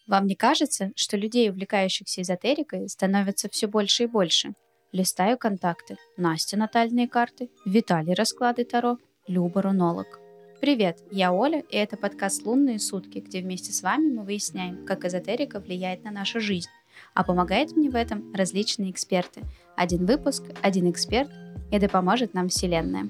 Вам не кажется, что людей, увлекающихся эзотерикой, становится все больше и больше? Листаю контакты. Настя натальные карты, Виталий расклады Таро, Люба рунолог. Привет, я Оля, и это подкаст «Лунные сутки», где вместе с вами мы выясняем, как эзотерика влияет на нашу жизнь. А помогают мне в этом различные эксперты. Один выпуск, один эксперт, и да поможет нам Вселенная.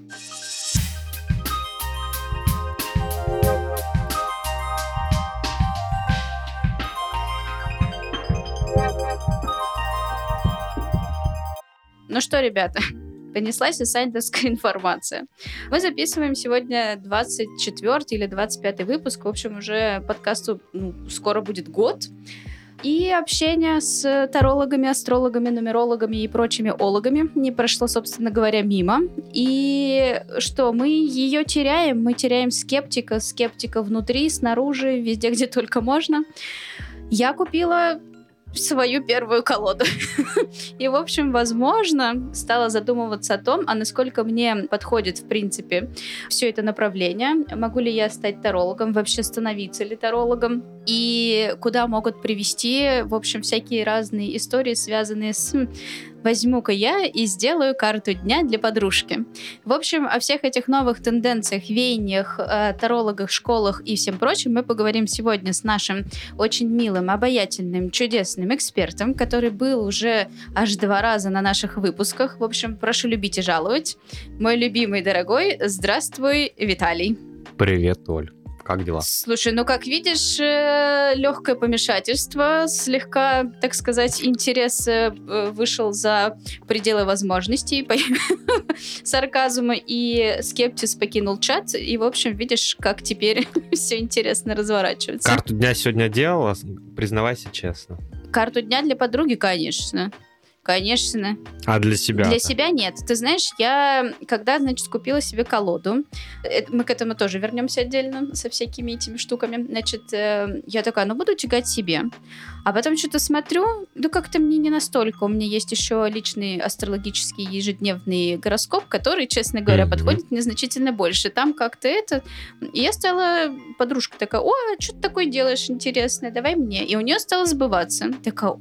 Ну что, ребята, понеслась инсайдерская информация. Мы записываем сегодня 24 или 25 выпуск. В общем, уже подкасту скоро будет год. И общение с тарологами, астрологами, нумерологами и прочими ологами не прошло, собственно говоря, мимо. И что, мы ее теряем. Мы теряем скептика внутри, снаружи, везде, где только можно. Я купила свою первую колоду. И, в общем, возможно, стала задумываться о том, а насколько мне подходит, в принципе, все это направление. Могу ли я стать тарологом, вообще становиться ли тарологом? И куда могут привести, в общем, всякие разные истории, связанные с «возьму-ка я и сделаю карту дня для подружки». В общем, о всех этих новых тенденциях, веяниях, тарологах, школах и всем прочем мы поговорим сегодня с нашим очень милым, обаятельным, чудесным экспертом, который был уже аж 2 раза на наших выпусках. В общем, прошу любить и жаловать. Мой любимый, дорогой, здравствуй, Виталий. Привет, Оль. Как дела? Слушай, как видишь, легкое помешательство, слегка, так сказать, интерес вышел за пределы возможностей, сарказма, и скептиз покинул чат, и, в общем, видишь, как теперь все интересно разворачивается. Карту дня сегодня делала? Признавайся честно. Карту дня для подруги, конечно. Конечно. А для себя? Для себя нет. Ты знаешь, я когда, купила себе колоду, мы к этому тоже вернемся отдельно со всякими этими штуками, я такая, буду тягать себе. А потом что-то смотрю, как-то мне не настолько. У меня есть еще личный астрологический ежедневный гороскоп, который, честно говоря, подходит мне значительно больше. Там как-то это... И я стала... Подружка такая, что ты такое делаешь интересное, давай мне. И у нее стало сбываться. Такая,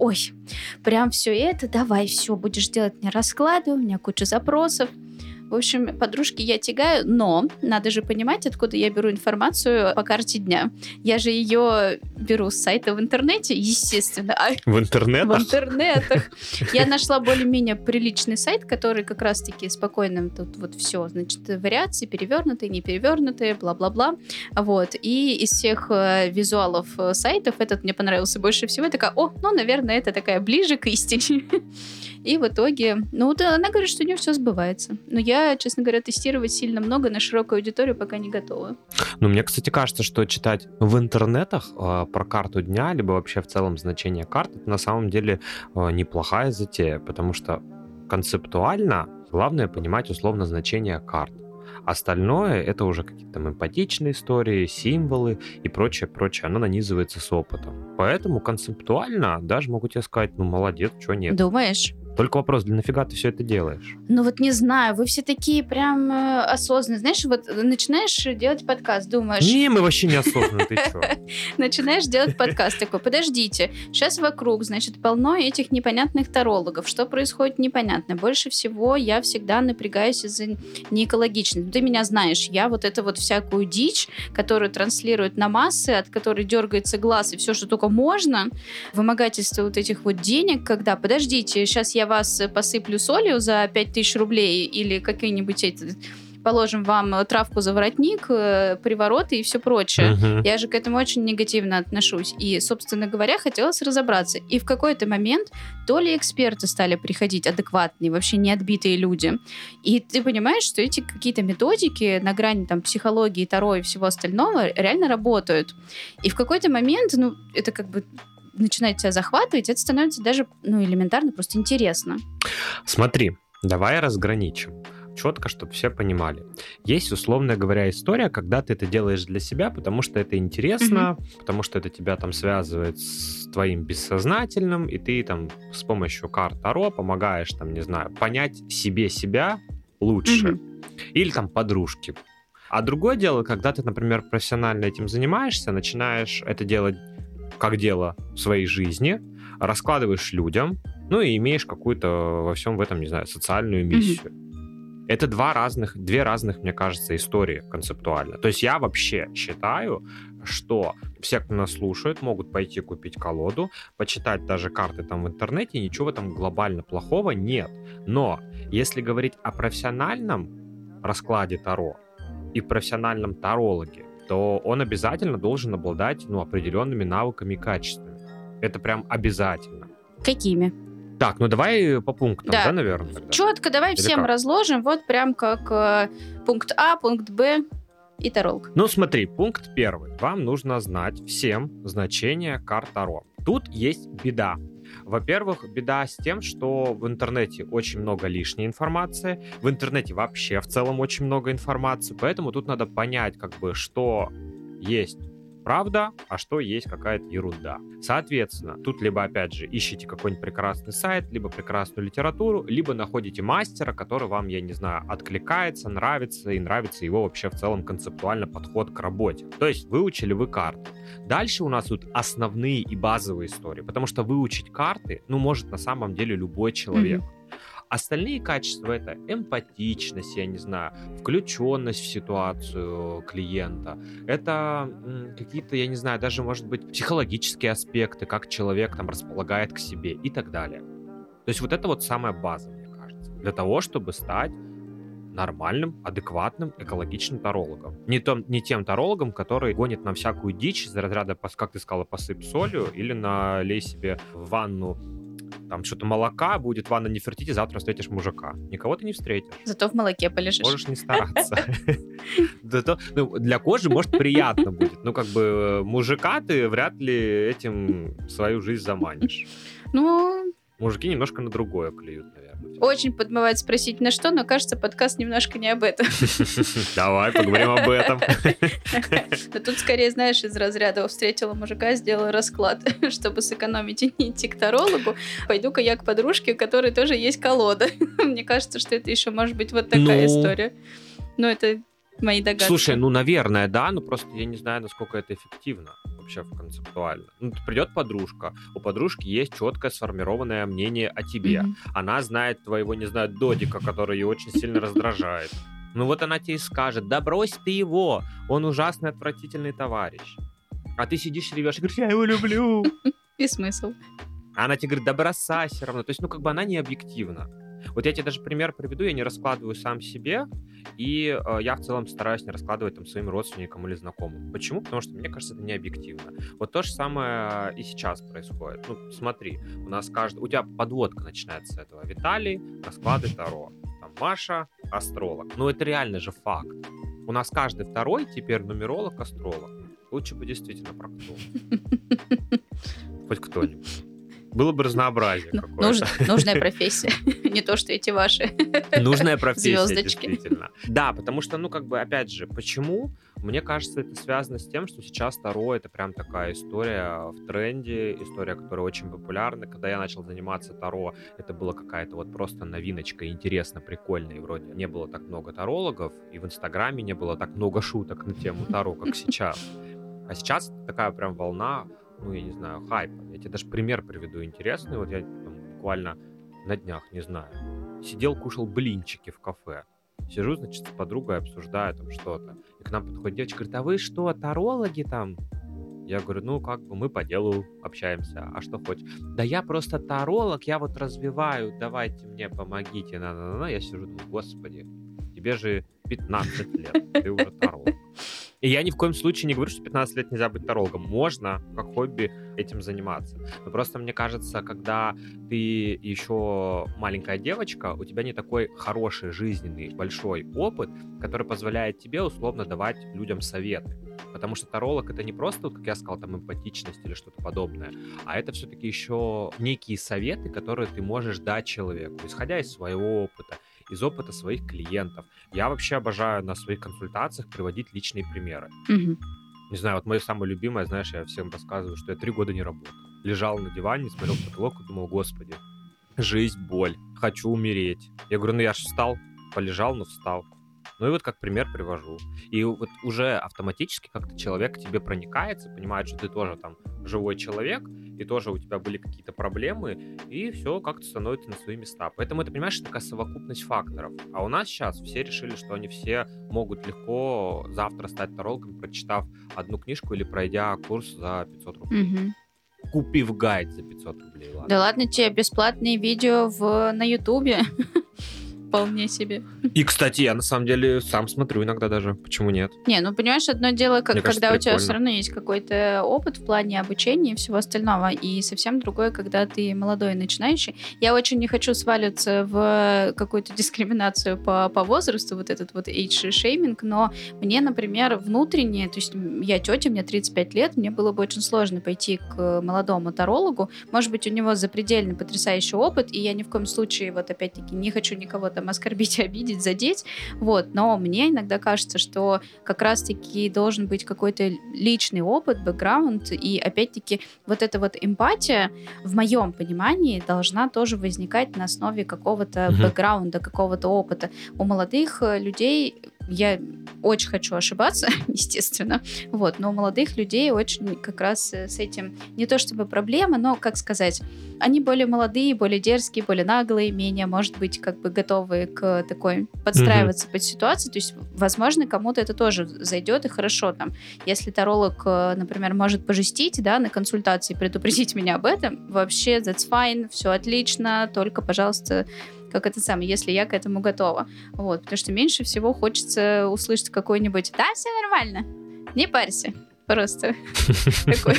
прям все это, давай, все, будешь делать мне расклады, у меня куча запросов. В общем, подружки я тягаю, но надо же понимать, откуда я беру информацию по карте дня. Я же ее беру с сайта в интернете, естественно. В интернетах? В интернетах. Я нашла более-менее приличный сайт, который как раз-таки спокойно тут вот все, вариации, перевернутые, не перевернутые, бла-бла-бла. Вот. И из всех визуалов сайтов этот мне понравился больше всего. Я такая, наверное, это такая ближе к истине. И в итоге, она говорит, что у нее все сбывается. Но я, честно говоря, тестировать сильно много на широкую аудиторию пока не готова. Мне, кстати, кажется, что читать в интернетах про карту дня, либо вообще в целом значение карт, это на самом деле неплохая затея, потому что концептуально главное понимать условно значение карт. Остальное — это уже какие-то там эмпатичные истории, символы и прочее. Оно нанизывается с опытом. Поэтому концептуально даже могу тебе сказать, молодец, чего нет. Думаешь? Только вопрос, для нафига ты все это делаешь? Не знаю, вы все такие прям осознанные. Знаешь, начинаешь делать подкаст, думаешь... Не, мы вообще не осознанные, ты что? Начинаешь делать подкаст такой, подождите, сейчас вокруг, полно этих непонятных тарологов. Что происходит, непонятно. Больше всего я всегда напрягаюсь из-за неэкологичности. Ты меня знаешь, я всякую дичь, которую транслируют на массы, от которой дергается глаз и все, что только можно, вымогательство этих денег, когда, подождите, сейчас я вас посыплю солью за 5000 рублей или какие-нибудь положим вам травку за воротник, привороты и все прочее. Я же к этому очень негативно отношусь. И, собственно говоря, хотелось разобраться. И в какой-то момент то ли эксперты стали приходить адекватные, вообще не отбитые люди. И ты понимаешь, что эти какие-то методики на грани психологии, таро и всего остального реально работают. И в какой-то момент, это начинает тебя захватывать, это становится даже, элементарно просто интересно. Смотри, давай разграничим. Четко, чтобы все понимали. Есть, условно говоря, история, когда ты это делаешь для себя, потому что это интересно, потому что это тебя связывает с твоим бессознательным, и ты с помощью карт Таро помогаешь, понять себе себя лучше. Или подружки. А другое дело, когда ты, например, профессионально этим занимаешься, начинаешь это делать как дело в своей жизни, раскладываешь людям, ну и имеешь какую-то во всем в этом, не знаю, социальную миссию. Это две разных, мне кажется, истории концептуально. То есть я вообще считаю, что все, кто нас слушает, могут пойти купить колоду, почитать даже карты там в интернете, и ничего в этом глобально плохого нет. Но если говорить о профессиональном раскладе Таро и профессиональном тарологе, то он обязательно должен обладать определенными навыками и качествами. Это прям обязательно. Какими? Так, давай по пунктам, да наверное? Тогда? Четко давай Или всем как? разложим, вот прям как пункт А, пункт Б и таролог. Смотри, пункт 1. Вам нужно знать всем значение карт Таро. Тут есть беда. Во-первых, беда с тем, что в интернете очень много лишней информации, в интернете вообще в целом очень много информации, поэтому тут надо понять, что есть правда, а что есть какая-то ерунда. Соответственно, тут либо, опять же, ищите какой-нибудь прекрасный сайт, либо прекрасную литературу, либо находите мастера, который вам, я не знаю, откликается, нравится, и нравится его вообще в целом концептуально подход к работе. То есть выучили вы карты. Дальше у нас тут основные и базовые истории, потому что выучить карты, может на самом деле любой человек. Остальные качества — это эмпатичность, я не знаю, включенность в ситуацию клиента. Это какие-то, я не знаю, даже, может быть, психологические аспекты, как человек там располагает к себе и так далее. То есть вот это вот самая база, мне кажется, для того, чтобы стать нормальным, адекватным, экологичным тарологом. Не тем тарологом, который гонит нам всякую дичь из разряда, как ты сказала, посыпь солью или налей себе в ванну там что-то молока, будет ванна Нефертити, завтра встретишь мужика. Никого ты не встретишь. Зато в молоке полежишь. Можешь не стараться. Для кожи, может, приятно будет. Мужика ты вряд ли этим свою жизнь заманишь. Мужики немножко на другое клюют, наверное. Очень подмывает спросить, на что, но, кажется, подкаст немножко не об этом. Давай поговорим об этом. Да тут скорее, знаешь, из разряда встретила мужика, сделала расклад, чтобы сэкономить и не идти к тарологу. Пойду-ка я к подружке, у которой тоже есть колода. Мне кажется, что это еще может быть вот такая история. Но это мои догадки. Слушай, наверное, да, но просто я не знаю, насколько это эффективно вообще концептуально. Придет подружка, у подружки есть четкое сформированное мнение о тебе. Она знает твоего, не знаю, додика, который ее очень сильно раздражает. Она тебе и скажет: да брось ты его, он ужасный, отвратительный товарищ. А ты сидишь, ревешь и говоришь: я его люблю. И смысл? А она тебе говорит: да бросай все равно. То есть, она не объективна. Вот я тебе даже пример приведу, я не раскладываю сам себе, и я в целом стараюсь не раскладывать там своим родственникам или знакомым. Почему? Потому что, мне кажется, это не объективно. Вот то же самое и сейчас происходит. Смотри, у тебя подводка начинается с этого. Виталий, расклады Таро. Там Маша, астролог. Это реально же факт. У нас каждый второй теперь нумеролог, астролог. Лучше бы действительно проктолог. Хоть кто-нибудь. Было бы разнообразие какое-то. Нужная профессия. Не то, что эти ваши нужная профессия, звездочки. Действительно. Да, потому что, опять же, почему? Мне кажется, это связано с тем, что сейчас Таро — это прям такая история в тренде, история, которая очень популярна. Когда я начал заниматься Таро, это была какая-то вот просто новиночка, интересно, прикольно, и вроде не было так много тарологов, и в Инстаграме не было так много шуток на тему Таро, как сейчас. А сейчас такая прям волна, я не знаю, хайпа. Я тебе даже пример приведу интересный. Вот я буквально на днях, не знаю, сидел, кушал блинчики в кафе. Сижу, значит, с подругой обсуждаю там что-то. И к нам подходит девочка, говорит: а вы что, тарологи там? Я говорю: мы по делу общаемся. А что хочешь? Да я просто таролог, я вот развиваю, давайте мне помогите. Я сижу, думаю: господи, тебе же 15 лет, ты уже таролог. И я ни в коем случае не говорю, что 15 лет нельзя быть тарологом. Можно, как хобби, этим заниматься. Но просто мне кажется, когда ты еще маленькая девочка, у тебя не такой хороший, жизненный, большой опыт, который позволяет тебе условно давать людям советы. Потому что таролог — это не просто, как я сказал, там эмпатичность или что-то подобное, а это все-таки еще некие советы, которые ты можешь дать человеку, исходя из своего опыта, из опыта своих клиентов. Я вообще обожаю на своих консультациях приводить личные примеры. Не знаю, вот мое самое любимое, знаешь, я всем рассказываю, что я 3 года не работал. Лежал на диване, смотрел в потолок и думал: господи, жизнь, боль, хочу умереть. Я говорю: я ж встал, полежал, но встал. И вот как пример привожу. И вот уже автоматически как-то человек к тебе проникается, понимает, что ты тоже там живой человек, и тоже у тебя были какие-то проблемы, и все как-то становится на свои места. Поэтому это, понимаешь, такая совокупность факторов. А у нас сейчас все решили, что они все могут легко завтра стать тарологом, прочитав одну книжку или пройдя курс за 500 рублей. Мгм. Купив гайд за 500 рублей, ладно. Да ладно тебе, бесплатные видео на Ютубе. Вполне себе. И, кстати, я на самом деле сам смотрю иногда даже. Почему нет? Не, ну понимаешь, одно дело, Мне кажется, когда у тебя прикольно. все равно есть какой-то опыт в плане обучения и всего остального, и совсем другое, когда ты молодой и начинающий. Я очень не хочу сваливаться в какую-то дискриминацию по возрасту, вот этот вот age-шейминг, но мне, например, внутренне, то есть я тетя, мне 35 лет, мне было бы очень сложно пойти к молодому тарологу. Может быть, у него запредельный потрясающий опыт, и я ни в коем случае, вот опять-таки, не хочу никого там оскорбить, обидеть, задеть, вот, но мне иногда кажется, что как раз-таки должен быть какой-то личный опыт, бэкграунд, и опять-таки вот эта вот эмпатия, в моем понимании, должна тоже возникать на основе какого-то бэкграунда, какого-то опыта. У молодых людей, я очень хочу ошибаться, естественно, вот, но у молодых людей очень как раз с этим не то чтобы проблема, но, как сказать, они более молодые, более дерзкие, более наглые, менее, может быть, как бы готовы к такой подстраиваться под ситуацию. То есть, возможно, кому-то это тоже зайдет и хорошо. Там, если таролог, например, может пожестить, да, на консультации предупредить меня об этом, вообще, that's fine, все отлично, только, пожалуйста, как это самое, если я к этому готова. Вот, потому что меньше всего хочется услышать какой-нибудь «Да, все нормально, не парься». Просто такой.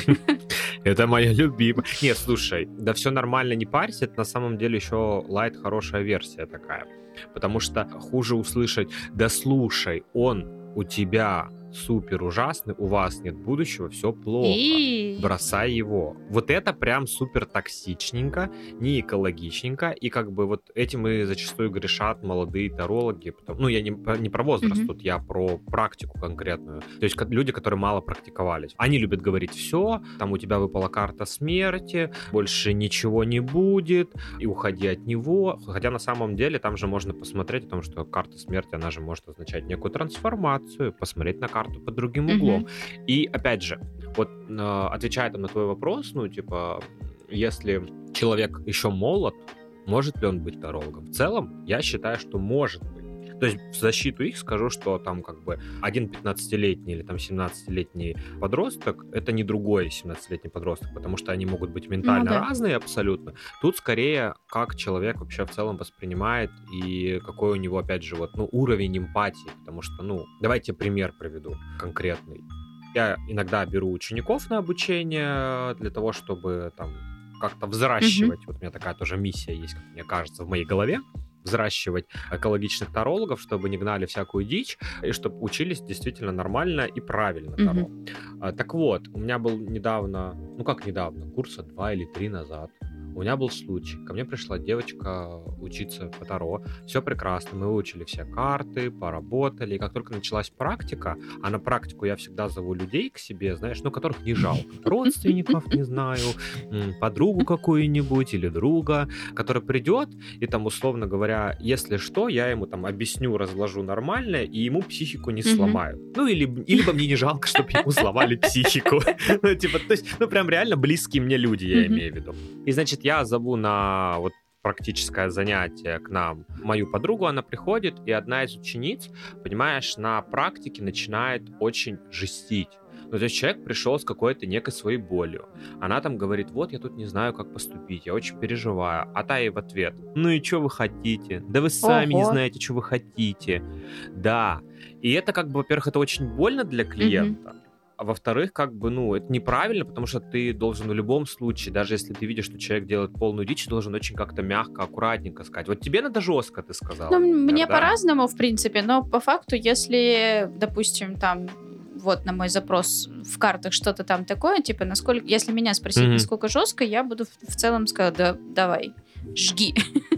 Это моя любимая. Нет, слушай, да все нормально, не парься, это на самом деле еще лайт хорошая версия такая. Потому что хуже услышать «Да слушай, он у тебя супер ужасный, у вас нет будущего, все плохо, бросай его». Вот это прям супер токсичненько, не экологичненько, и как бы вот этим и зачастую грешат молодые тарологи. Ну, я не про возраст тут, я про практику конкретную. То есть люди, которые мало практиковались. Они любят говорить «все, там у тебя выпала карта смерти, больше ничего не будет, и уходи от него». Хотя на самом деле там же можно посмотреть о том, что карта смерти, она же может означать некую трансформацию, посмотреть на карту под другим углом. И опять же, вот отвечая там на твой вопрос, ну, типа, если человек еще молод, может ли он быть тарологом? В целом, я считаю, что может быть. То есть в защиту их скажу, что там как бы один 15-летний или там 17-летний подросток — это не другой 17-летний подросток, потому что они могут быть ментально разные абсолютно. Тут скорее как человек вообще в целом воспринимает и какой у него, опять же, вот, ну, уровень эмпатии, потому что, ну, давайте пример приведу конкретный. Я иногда беру учеников на обучение для того, чтобы там как-то взращивать, вот у меня такая тоже миссия есть, как мне кажется, в моей голове, взращивать экологичных тарологов, чтобы не гнали всякую дичь, и чтобы учились действительно нормально и правильно таро. Так вот, у меня был недавно, ну как недавно, курса 2 или 3 назад, у меня был случай. Ко мне пришла девочка учиться по таро. Все прекрасно, мы выучили все карты, поработали. И как только началась практика, а на практику я всегда зову людей к себе, знаешь, ну, которых не жалко. Родственников, не знаю, подругу какую-нибудь или друга, который придет, и там, условно говоря, если что, я ему там объясню, разложу нормально, и ему психику не сломаю. Ну, или либо мне не жалко, чтобы ему сломали психику. Ну, типа, то есть, ну, прям реально близкие мне люди, я имею в виду. И, значит, я зову на вот практическое занятие к нам мою подругу, она приходит, и одна из учениц, понимаешь, на практике начинает очень жестить. Ну, то есть человек пришел с какой-то некой своей болью. Она там говорит: вот я тут не знаю, как поступить, я очень переживаю. А та ей в ответ: ну и что вы хотите? Да вы сами не знаете, что вы хотите. Да. И это как бы, во-первых, это очень больно для клиента. А во-вторых, как бы, ну, это неправильно, потому что ты должен в любом случае, даже если ты видишь, что человек делает полную дичь, должен очень как-то мягко, аккуратненько сказать. Вот тебе надо жестко, ты сказала. Ну, мне по-разному, в принципе, но по факту, если, допустим, там, вот на мой запрос в картах что-то там такое, типа, насколько, если меня спросить, насколько жестко, я буду в целом сказать: да, давай, жги.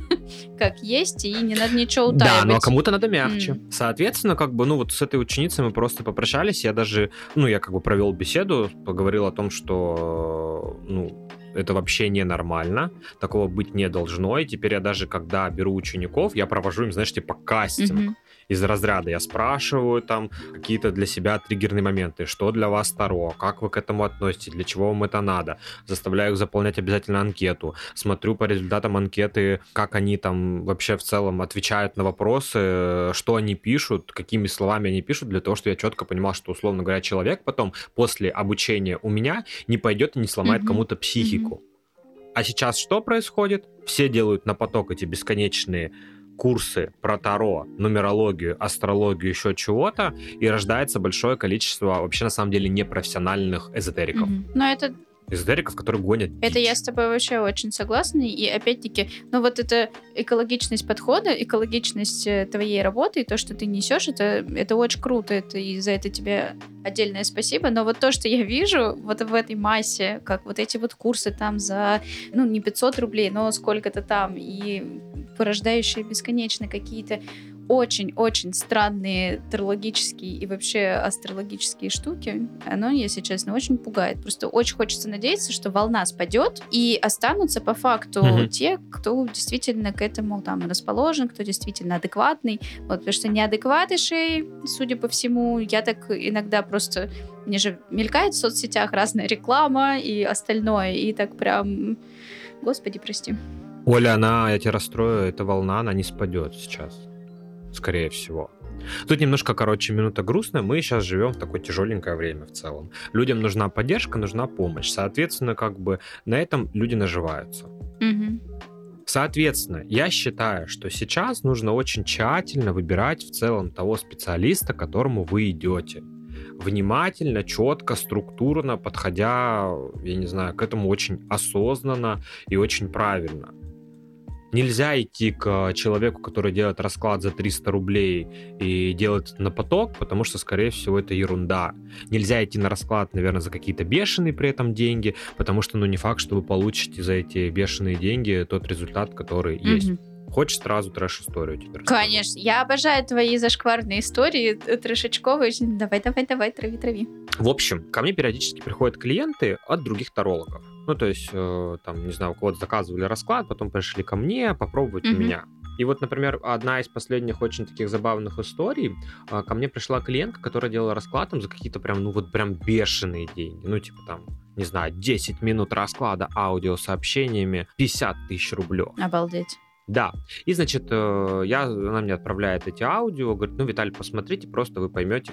Как есть, и не надо ничего утаивать. Да, но кому-то надо мягче. Соответственно, как бы, ну, вот с этой ученицей мы просто попрощались, я даже, ну, я как бы провел беседу, поговорил о том, что, ну, это вообще ненормально, такого быть не должно, и теперь я даже, когда беру учеников, я провожу им, знаешь, типа кастинг. Из разряда я спрашиваю там какие-то для себя триггерные моменты, что для вас Таро, как вы к этому относитесь, для чего вам это надо. Заставляю их заполнять обязательно анкету. Смотрю по результатам анкеты, как они там вообще в целом отвечают на вопросы, что они пишут, какими словами они пишут, для того, чтобы я четко понимал, что, условно говоря, человек потом после обучения у меня не пойдет и не сломает кому-то психику. А сейчас что происходит? Все делают на поток эти бесконечные курсы про Таро, нумерологию, астрологию, еще чего-то, и рождается большое количество вообще на самом деле непрофессиональных эзотериков. Но это... Эзотериков, которые гонят Это дичь. я с тобой вообще очень согласна. И опять-таки, ну вот эта экологичность подхода, экологичность твоей работы, и то, что ты несешь, это очень круто. И за это тебе отдельное спасибо. Но вот то, что я вижу вот в этой массе, как вот эти вот курсы там за, ну, не 500 рублей, но сколько-то там, и порождающие бесконечно какие-то очень-очень странные тарологические и вообще астрологические штуки, оно, если честно, очень пугает. Просто очень хочется надеяться, что волна спадет, и останутся по факту те, кто действительно к этому там расположен, кто действительно адекватный. Вот, потому что неадекватышей, судя по всему, я так иногда просто... Мне же мелькает в соцсетях разная реклама и остальное, и так прям... Господи, прости. Оля, я тебя расстрою, эта волна, она не спадет сейчас. Скорее всего. Тут немножко, минута грустная. Мы сейчас живем в такое тяжеленькое время в целом. Людям нужна поддержка, нужна помощь. Соответственно, на этом люди наживаются. Соответственно, я считаю, что сейчас нужно очень тщательно выбирать в целом того специалиста, к которому вы идете. Внимательно, четко, структурно, подходя, я не знаю, к этому очень осознанно и очень правильно. Нельзя идти к человеку, который делает расклад за 300 рублей и делает это на поток, потому что, скорее всего, это ерунда. Нельзя идти на расклад, наверное, за какие-то бешеные при этом деньги, потому что, не факт, что вы получите за эти бешеные деньги тот результат, который есть. Хочешь сразу трэш-историю теперь? Конечно. Я обожаю твои зашкварные истории, трэшечковые. Давай, трави. В общем, ко мне периодически приходят клиенты от других тарологов. Ну, то есть, там, не знаю, у кого-то заказывали расклад, потом пришли ко мне попробовать у меня. И вот, например, одна из последних очень таких забавных историй. Ко мне пришла клиентка, которая делала расклад там за какие-то прям бешеные деньги. Ну, типа там, не знаю, 10 минут расклада аудиосообщениями, 50 тысяч рублей. Обалдеть. Да. И, значит, она мне отправляет эти аудио, говорит, Виталий, посмотрите, просто вы поймете,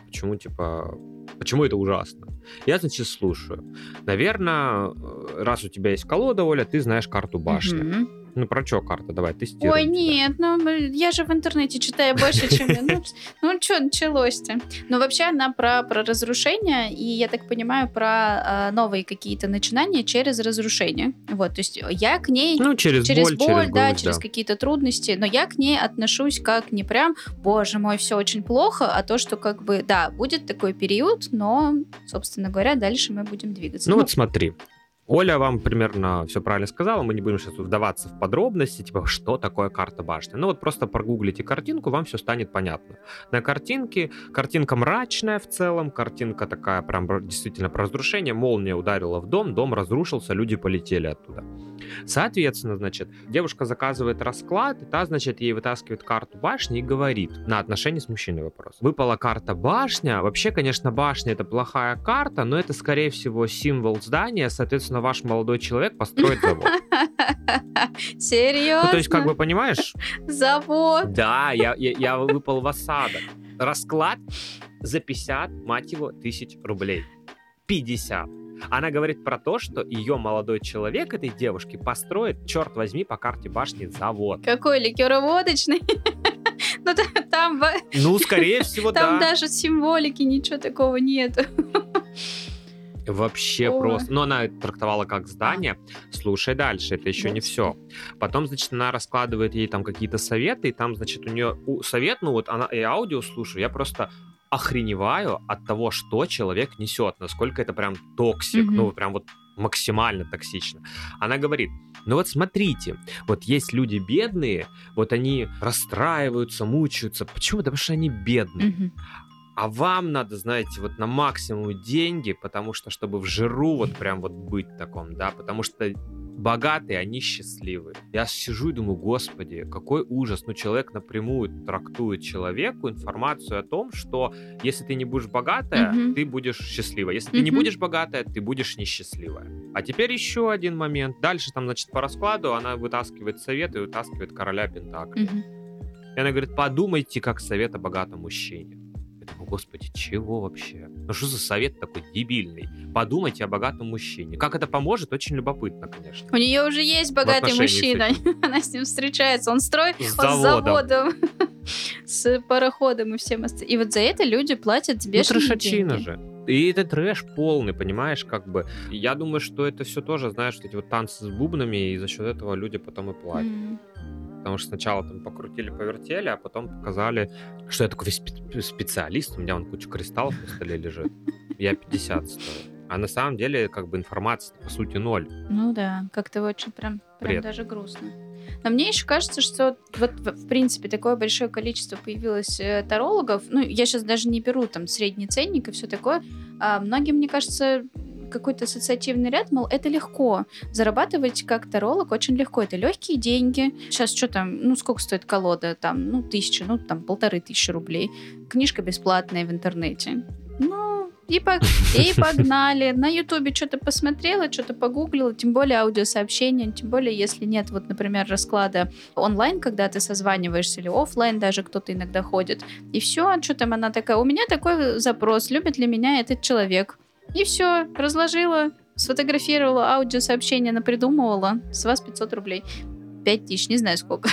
почему это ужасно. Я, значит, слушаю. Наверное, раз у тебя есть колода, Оля, ты знаешь карту башни. Ну, про что карта? Давай, тестируем. Ой, нет, я же в интернете читаю больше, чем я. Ну, что началось-то? Ну, вообще, она про разрушение, и, я так понимаю, про новые какие-то начинания через разрушение. Вот, то есть я к ней... Ну, через боль, да, через какие-то трудности, но я к ней отношусь как не прям, боже мой, все очень плохо, а то, что да, будет такой период, но, собственно говоря, дальше мы будем двигаться. Ну, вот смотри. Оля вам примерно все правильно сказала, мы не будем сейчас вдаваться в подробности, типа, что такое карта башни. Ну вот просто прогуглите картинку, вам все станет понятно. На картинка мрачная в целом, картинка такая прям действительно про разрушение, молния ударила в дом разрушился, люди полетели оттуда. Соответственно, значит, девушка заказывает расклад, и та, значит, ей вытаскивает карту башни и говорит на отношения с мужчиной вопрос. Выпала карта башня, вообще, конечно, башня это плохая карта, но это, скорее всего, символ здания, соответственно, ваш молодой человек построит завод. Серьезно? Ну, то есть, понимаешь? Завод? Да, я выпал в осадок. Расклад за 50, мать его, тысяч рублей. 50. Она говорит про то, что ее молодой человек этой девушки построит, черт возьми, по карте башни завод. Какой ликероводочный? Ну, там... Ну, скорее всего, да. Там даже символики, ничего такого нет. Вообще просто. Но она трактовала как здание. Слушай дальше, это еще не все. Потом, значит, она раскладывает ей там какие-то советы, и там, значит, у нее совет, ну вот она и аудио слушаю, я просто охреневаю от того, что человек несет, насколько это прям токсик, ну прям вот максимально токсично. Она говорит, ну вот смотрите, вот есть люди бедные, вот они расстраиваются, мучаются. Почему? Да потому что они бедные. А вам надо, знаете, вот на максимум деньги, потому что, чтобы в жиру вот прям вот быть таком, да, потому что богатые, они счастливы. Я сижу и думаю, господи, какой ужас. Ну, человек напрямую трактует человеку информацию о том, что если ты не будешь богатая, ты будешь счастлива. Если ты не будешь богатая, ты будешь несчастливая. А теперь еще один момент. Дальше там, значит, по раскладу она вытаскивает совет и вытаскивает короля Пентаклей. И она говорит, подумайте, как совет о богатом мужчине. Я думаю, господи, чего вообще? Ну что за совет такой дебильный? Подумайте о богатом мужчине. Как это поможет, очень любопытно, конечно. У нее уже есть богатый мужчина. Она с ним встречается. Он строит с заводом, с пароходом и всем остальным. И вот за это люди платят бешеные деньги. Же. И это трэш полный, понимаешь, как бы. Я думаю, что это все тоже, знаешь, эти вот танцы с бубнами, и за счет этого люди потом и платят. Потому что сначала там покрутили-повертели, а потом показали, что я такой весь специалист, у меня вон куча кристаллов на столе лежит. Я 50 стою. А на самом деле, как бы, информации по сути 0. Ну да, как-то очень прям даже грустно. Но мне еще кажется, что вот в принципе такое большое количество появилось тарологов. Ну, я сейчас даже не беру там средний ценник и все такое. А многим, мне кажется, какой-то ассоциативный ряд, мол, это легко. Зарабатывать как таролог очень легко. Это легкие деньги. Сейчас что там, ну, сколько стоит колода? Там, 1000, там, 1500 рублей. Книжка бесплатная в интернете. Ну, и погнали. На Ютубе что-то посмотрела, что-то погуглила, тем более аудиосообщения, тем более, если нет, вот, например, расклада онлайн, когда ты созваниваешься, или офлайн даже кто-то иногда ходит. И все, что там она такая, у меня такой запрос, любит ли меня этот человек? И все, разложила, сфотографировала, аудиосообщение напридумывала. С вас 500 рублей. 5000, не знаю сколько.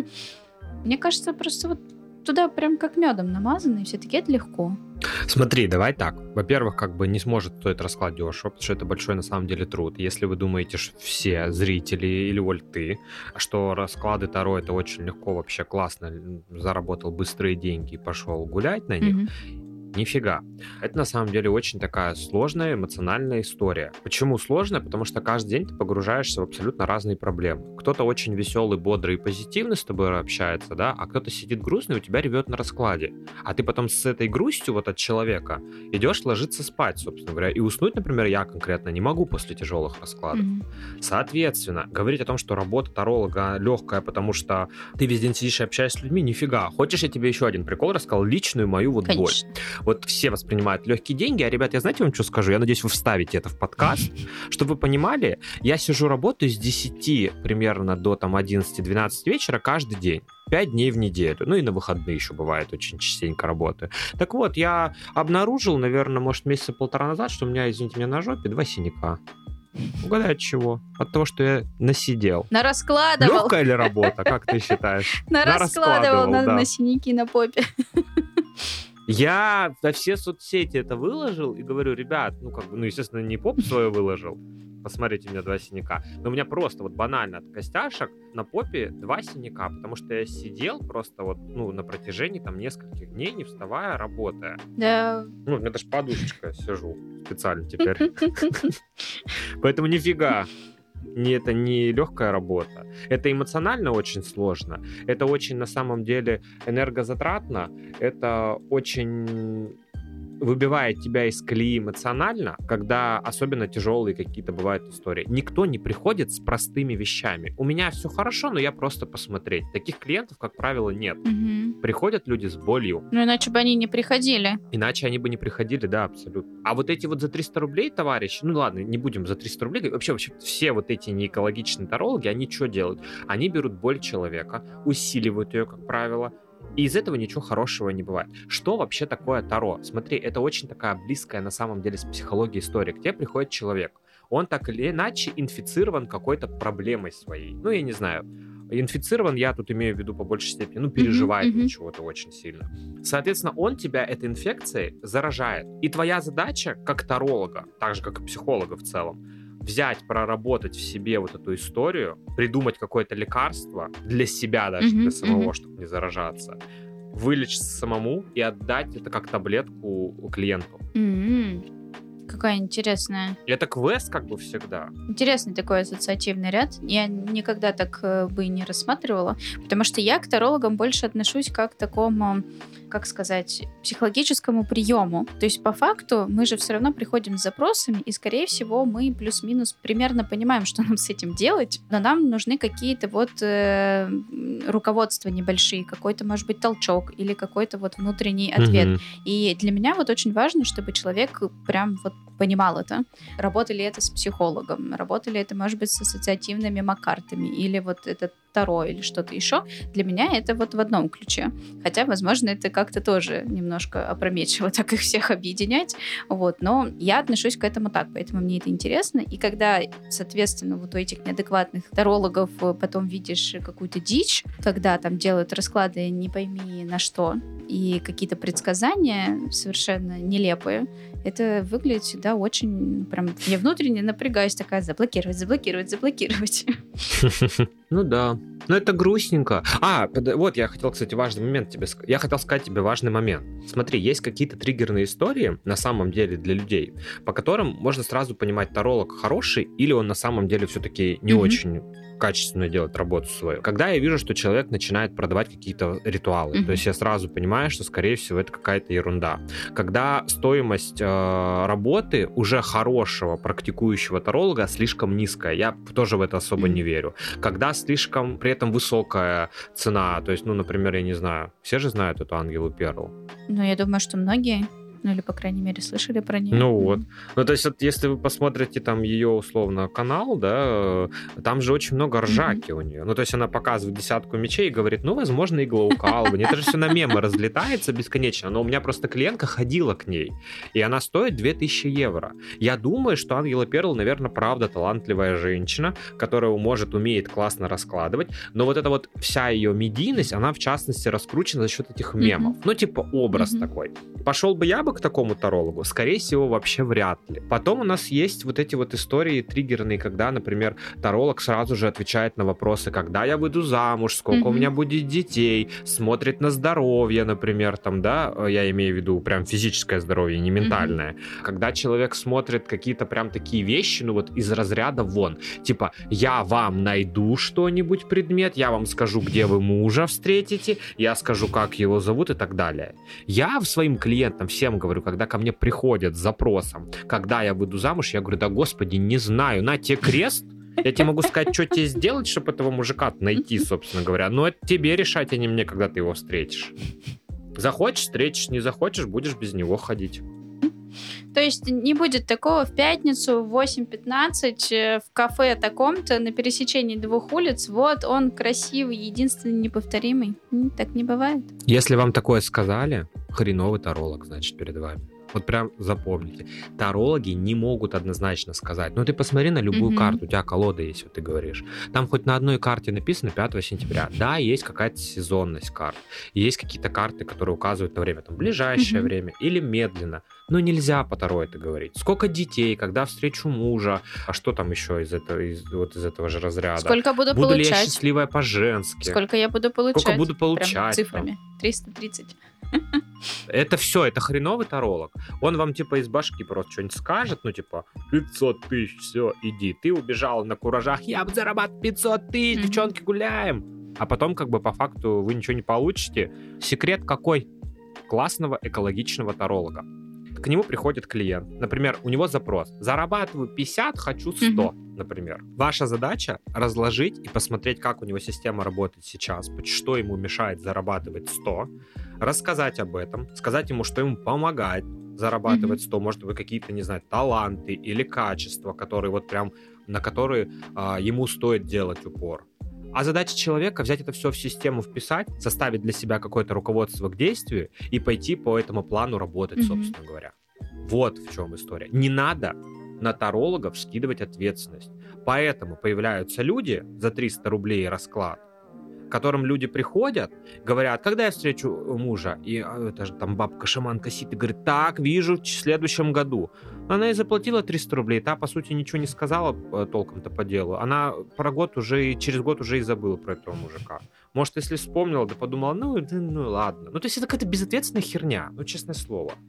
Мне кажется, просто вот туда прям как медом намазано, и все-таки это легко. Смотри, давай так. Во-первых, как бы не сможет стоить расклад дешево, потому что это большой на самом деле труд. Если вы думаете, что все зрители или вольты, что расклады Таро это очень легко, вообще классно, заработал быстрые деньги и пошел гулять на них, нифига. Это на самом деле очень такая сложная эмоциональная история. Почему сложная? Потому что каждый день ты погружаешься в абсолютно разные проблемы. Кто-то очень веселый, бодрый и позитивный с тобой общается, да, а кто-то сидит грустный и у тебя ревет на раскладе. А ты потом с этой грустью вот от человека идешь ложиться спать, собственно говоря. И уснуть, например, я конкретно не могу после тяжелых раскладов. Соответственно, говорить о том, что работа таролога легкая, потому что ты весь день сидишь и общаешься с людьми, нифига. Хочешь, я тебе еще один прикол рассказал, личную мою вот боль. Вот все воспринимают легкие деньги, а, ребят, я знаете вам что скажу? Я надеюсь, вы вставите это в подкаст, чтобы вы понимали, я сижу, работаю с 10 примерно до там 11-12 вечера каждый день. 5 дней в неделю. Ну и на выходные еще бывает, очень частенько работаю. Так вот, я обнаружил, наверное, может, месяца полтора назад, что у меня, извините меня, на жопе 2 синяка. Угадай от чего? От того, что я насидел. Нараскладывал. Легкая ли работа, как ты считаешь? Нараскладывал на синяки на попе. Я во все соцсети это выложил и говорю, ребят, естественно, не поп свою выложил, посмотрите, у меня 2 синяка, но у меня просто вот банально от костяшек на попе 2 синяка, потому что я сидел просто вот, на протяжении там нескольких дней, не вставая, работая. Да. У меня даже подушечка сижу специально теперь. Поэтому нифига. Это не легкая работа. Это эмоционально очень сложно. Это очень, на самом деле, энергозатратно. Это очень выбивает тебя из колеи эмоционально, когда особенно тяжелые какие-то бывают истории. Никто не приходит с простыми вещами. У меня все хорошо, но я просто посмотреть. Таких клиентов, как правило, нет. Приходят люди с болью. Ну, иначе бы они не приходили. Иначе они бы не приходили, да, абсолютно. А вот эти вот за 300 рублей, товарищи, ладно, не будем за 300 рублей, вообще все вот эти неэкологичные тарологи, они что делают? Они берут боль человека, усиливают ее, как правило, и из этого ничего хорошего не бывает. Что вообще такое Таро? Смотри, это очень такая близкая на самом деле с психологией история. К тебе приходит человек, он так или иначе инфицирован какой-то проблемой своей. Я не знаю, инфицирован, я тут имею в виду по большей степени, переживает чего-то очень сильно. Соответственно, он тебя этой инфекцией заражает. И твоя задача, как таролога, так же, как и психолога в целом, взять, проработать в себе вот эту историю, придумать какое-то лекарство для себя даже, для самого, чтобы не заражаться, вылечиться самому и отдать это как таблетку клиенту. Какая интересная. Это квест как бы всегда. Интересный такой ассоциативный ряд. Я никогда так бы и не рассматривала, потому что я к тарологам больше отношусь как к такому, как сказать, психологическому приему. То есть по факту мы же все равно приходим с запросами, и, скорее всего, мы плюс-минус примерно понимаем, что нам с этим делать, но нам нужны какие-то вот руководства небольшие, какой-то, может быть, толчок или какой-то вот внутренний ответ. И для меня вот очень важно, чтобы человек прям вот понимал это. Работали это с психологом, работали это, может быть, с ассоциативными макартами, или вот это Таро, или что-то еще. Для меня это вот в одном ключе. Хотя, возможно, это как-то тоже немножко опрометчиво так их всех объединять. Вот. Но я отношусь к этому так, поэтому мне это интересно. И когда, соответственно, вот у этих неадекватных тарологов потом видишь какую-то дичь, когда там делают расклады не пойми на что, и какие-то предсказания совершенно нелепые, это выглядит всегда очень прям... Я внутренне напрягаюсь, такая заблокировать. Ну да. Ну это грустненько. Вот я хотел, кстати, важный момент тебе сказать. Я хотел сказать тебе важный момент. Смотри, есть какие-то триггерные истории, на самом деле, для людей, по которым можно сразу понимать, таролог хороший, или он на самом деле все-таки не очень качественно делать работу свою. Когда я вижу, что человек начинает продавать какие-то ритуалы, то есть я сразу понимаю, что, скорее всего, это какая-то ерунда. Когда стоимость работы уже хорошего практикующего таролога слишком низкая, я тоже в это особо не верю. Когда слишком при этом высокая цена, то есть, например, я не знаю, все же знают эту Ангелу Перл. Я думаю, что многие... или, по крайней мере, слышали про нее. Вот. То есть, вот, если вы посмотрите там ее, условно, канал, да, там же очень много ржаки у нее. То есть, она показывает 10 мечей и говорит, возможно, иглоукалывание. Это же все на мемы разлетается бесконечно. Но у меня просто клиентка ходила к ней, и она стоит 2000 евро. Я думаю, что Ангела Перл, наверное, правда талантливая женщина, которая умеет классно раскладывать, но вот эта вот вся ее медийность, она, в частности, раскручена за счет этих мемов. Образ такой. Пошел бы я к такому тарологу? Скорее всего, вообще вряд ли. Потом у нас есть вот эти вот истории триггерные, когда, например, таролог сразу же отвечает на вопросы, когда я выйду замуж, сколько у меня будет детей, смотрит на здоровье, например, там, да, я имею в виду прям физическое здоровье, не ментальное. Когда человек смотрит какие-то прям такие вещи, из разряда вон, типа, я вам найду что-нибудь, предмет, я вам скажу, где вы мужа встретите, я скажу, как его зовут и так далее. Я своим клиентам всем говорю, когда ко мне приходят с запросом, когда я выйду замуж, я говорю, да господи, не знаю, на тебе крест, я тебе могу сказать, что тебе сделать, чтобы этого мужика найти, собственно говоря, но это тебе решать, а не мне, когда ты его встретишь. Захочешь, встретишь, не захочешь, будешь без него ходить. То есть не будет такого в пятницу в 8:15 в кафе таком-то на пересечении 2 улиц, вот он красивый, единственный, неповторимый. Так не бывает. Если вам такое сказали, хреновый таролог, значит, перед вами. Вот прям запомните. Тарологи не могут однозначно сказать. Ты посмотри на любую карту, у тебя колода есть, вот ты говоришь. Там хоть на одной карте написано 5 сентября. Да, есть какая-то сезонность карт. Есть какие-то карты, которые указывают на время, там, ближайшее время или медленно. Но нельзя по Таро это говорить. Сколько детей, когда встречу мужа, а что там еще из этого же разряда? Сколько буду ли получать? Я счастливая по-женски? Сколько я буду получать? Сколько буду получать? Прям цифрами. 330. Это все, это хреновый таролог. Он вам типа из башки просто что-нибудь скажет, 500 тысяч, все, иди. Ты убежал на куражах, я буду зарабатывать 500 тысяч, девчонки, гуляем. А потом как бы по факту вы ничего не получите. Секрет какой? Классного экологичного таролога. К нему приходит клиент. Например, у него запрос. Зарабатываю 50, хочу 100, например. Ваша задача разложить и посмотреть, как у него система работает сейчас, что ему мешает зарабатывать 100, рассказать об этом, сказать ему, что ему помогает зарабатывать 100, может быть, какие-то, не знаю, таланты или качества, которые вот прям, на которые ему стоит делать упор. А задача человека взять это все в систему, вписать, составить для себя какое-то руководство к действию и пойти по этому плану работать, собственно говоря. Вот в чем история. Не надо на тарологов скидывать ответственность. Поэтому появляются люди за 300 рублей расклад, к которым люди приходят, говорят, когда я встречу мужа, и это же там бабка-шаманка сидит и говорит, так, вижу, в следующем году. Она и заплатила 300 рублей, та, по сути, ничего не сказала толком-то по делу. Она про год уже, через год уже и забыла про этого мужика. Может, если вспомнила, да подумала, ну ладно. То есть это какая-то безответственная херня, честное слово.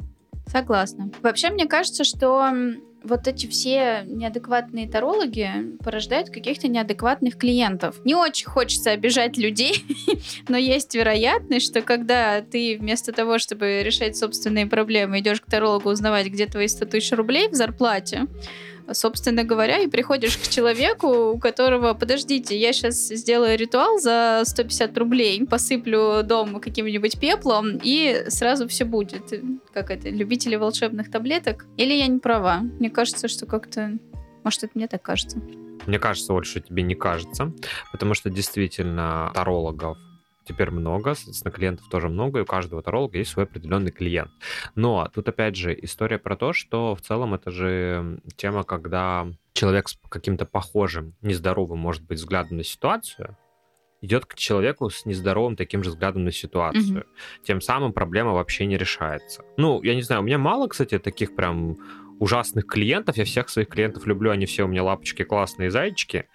Согласна. Вообще, мне кажется, что вот эти все неадекватные тарологи порождают каких-то неадекватных клиентов. Не очень хочется обижать людей, но есть вероятность, что когда ты вместо того, чтобы решать собственные проблемы, идешь к тарологу узнавать, где твои 100 тысяч рублей в зарплате, собственно говоря, и приходишь к человеку, у которого, подождите, я сейчас сделаю ритуал за 150 рублей, посыплю дом каким-нибудь пеплом, и сразу все будет. Как это, любители волшебных таблеток? Или я не права? Мне кажется, что как-то... Может, это мне так кажется. Мне кажется, Оль, что тебе не кажется, потому что действительно тарологов теперь много, соответственно, клиентов тоже много, и у каждого таролога есть свой определенный клиент. Но тут, опять же, история про то, что в целом это же тема, когда человек с каким-то похожим, нездоровым, может быть, взглядом на ситуацию идет к человеку с нездоровым таким же взглядом на ситуацию. Тем самым проблема вообще не решается. Ну, я не знаю, у меня мало, кстати, таких прям ужасных клиентов. Я всех своих клиентов люблю, они все у меня лапочки, классные зайчики.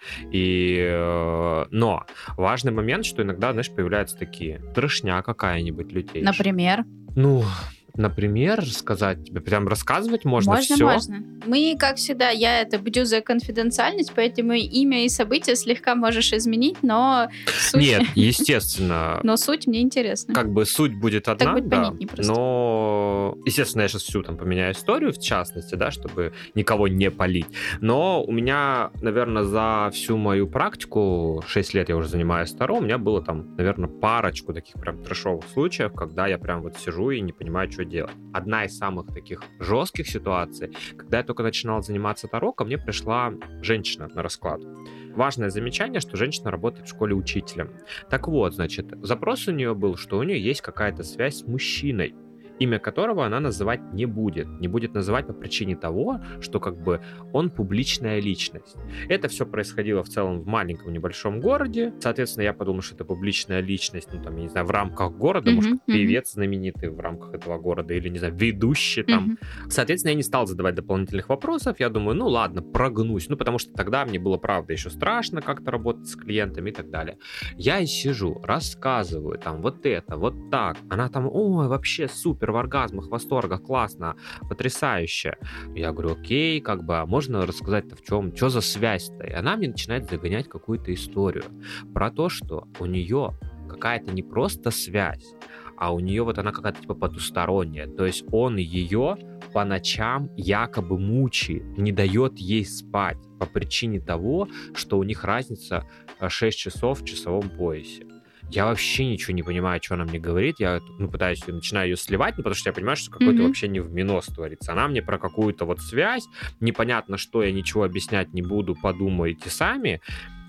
Но важный момент, что иногда, знаешь, появляются такие трешня какая-нибудь людей. Например? Ну, например, сказать тебе, прям рассказывать можно все. Можно. Мы, как всегда, я это бдю за конфиденциальность, поэтому имя и события слегка можешь изменить, но суть... Нет, естественно. Но суть мне интересна. Как бы суть будет одна, так будет да, понятнее просто. но, естественно, я сейчас всю там поменяю историю, в частности, да, чтобы никого не палить. Но у меня, наверное, за всю мою практику, 6 лет я уже занимаюсь Таро, у меня было там, наверное, парочку таких прям трэшовых случаев, когда я прям вот сижу и не понимаю, что делать. Одна из самых таких жестких ситуаций, когда я только начинал заниматься Таро, ко мне пришла женщина на расклад. Важное замечание, что женщина работает в школе учителем. Так вот, значит, запрос у нее был, что у нее есть какая-то связь с мужчиной, имя которого она называть не будет. Не будет называть по причине того, что как бы он публичная личность. Это все происходило в целом в маленьком небольшом городе. Соответственно, я подумал, что это публичная личность, ну там, я не знаю, в рамках города, может, певец знаменитый в рамках этого города, или, не знаю, ведущий там. Соответственно, я не стал задавать дополнительных вопросов. Я думаю, ну ладно, прогнусь. Ну, потому что тогда мне было, правда, еще страшно как-то работать с клиентами и так далее. Я и сижу, рассказываю там вот это, вот так. Она там, ой, вообще супер, в оргазмах, в восторгах, классно, потрясающе. Я говорю, окей, как бы, а можно рассказать-то в чем, что за связь-то? И она мне начинает загонять какую-то историю про то, что у нее какая-то не просто связь, а у нее вот она какая-то типа потусторонняя. То есть он ее по ночам якобы мучает, не дает ей спать по причине того, что у них разница 6 часов в часовом поясе. Я вообще ничего не понимаю, что она мне говорит. Я пытаюсь, начинаю ее сливать, потому что я понимаю, что какой-то вообще не в минос творится. Она мне про какую-то вот связь, непонятно что, я ничего объяснять не буду, подумайте сами.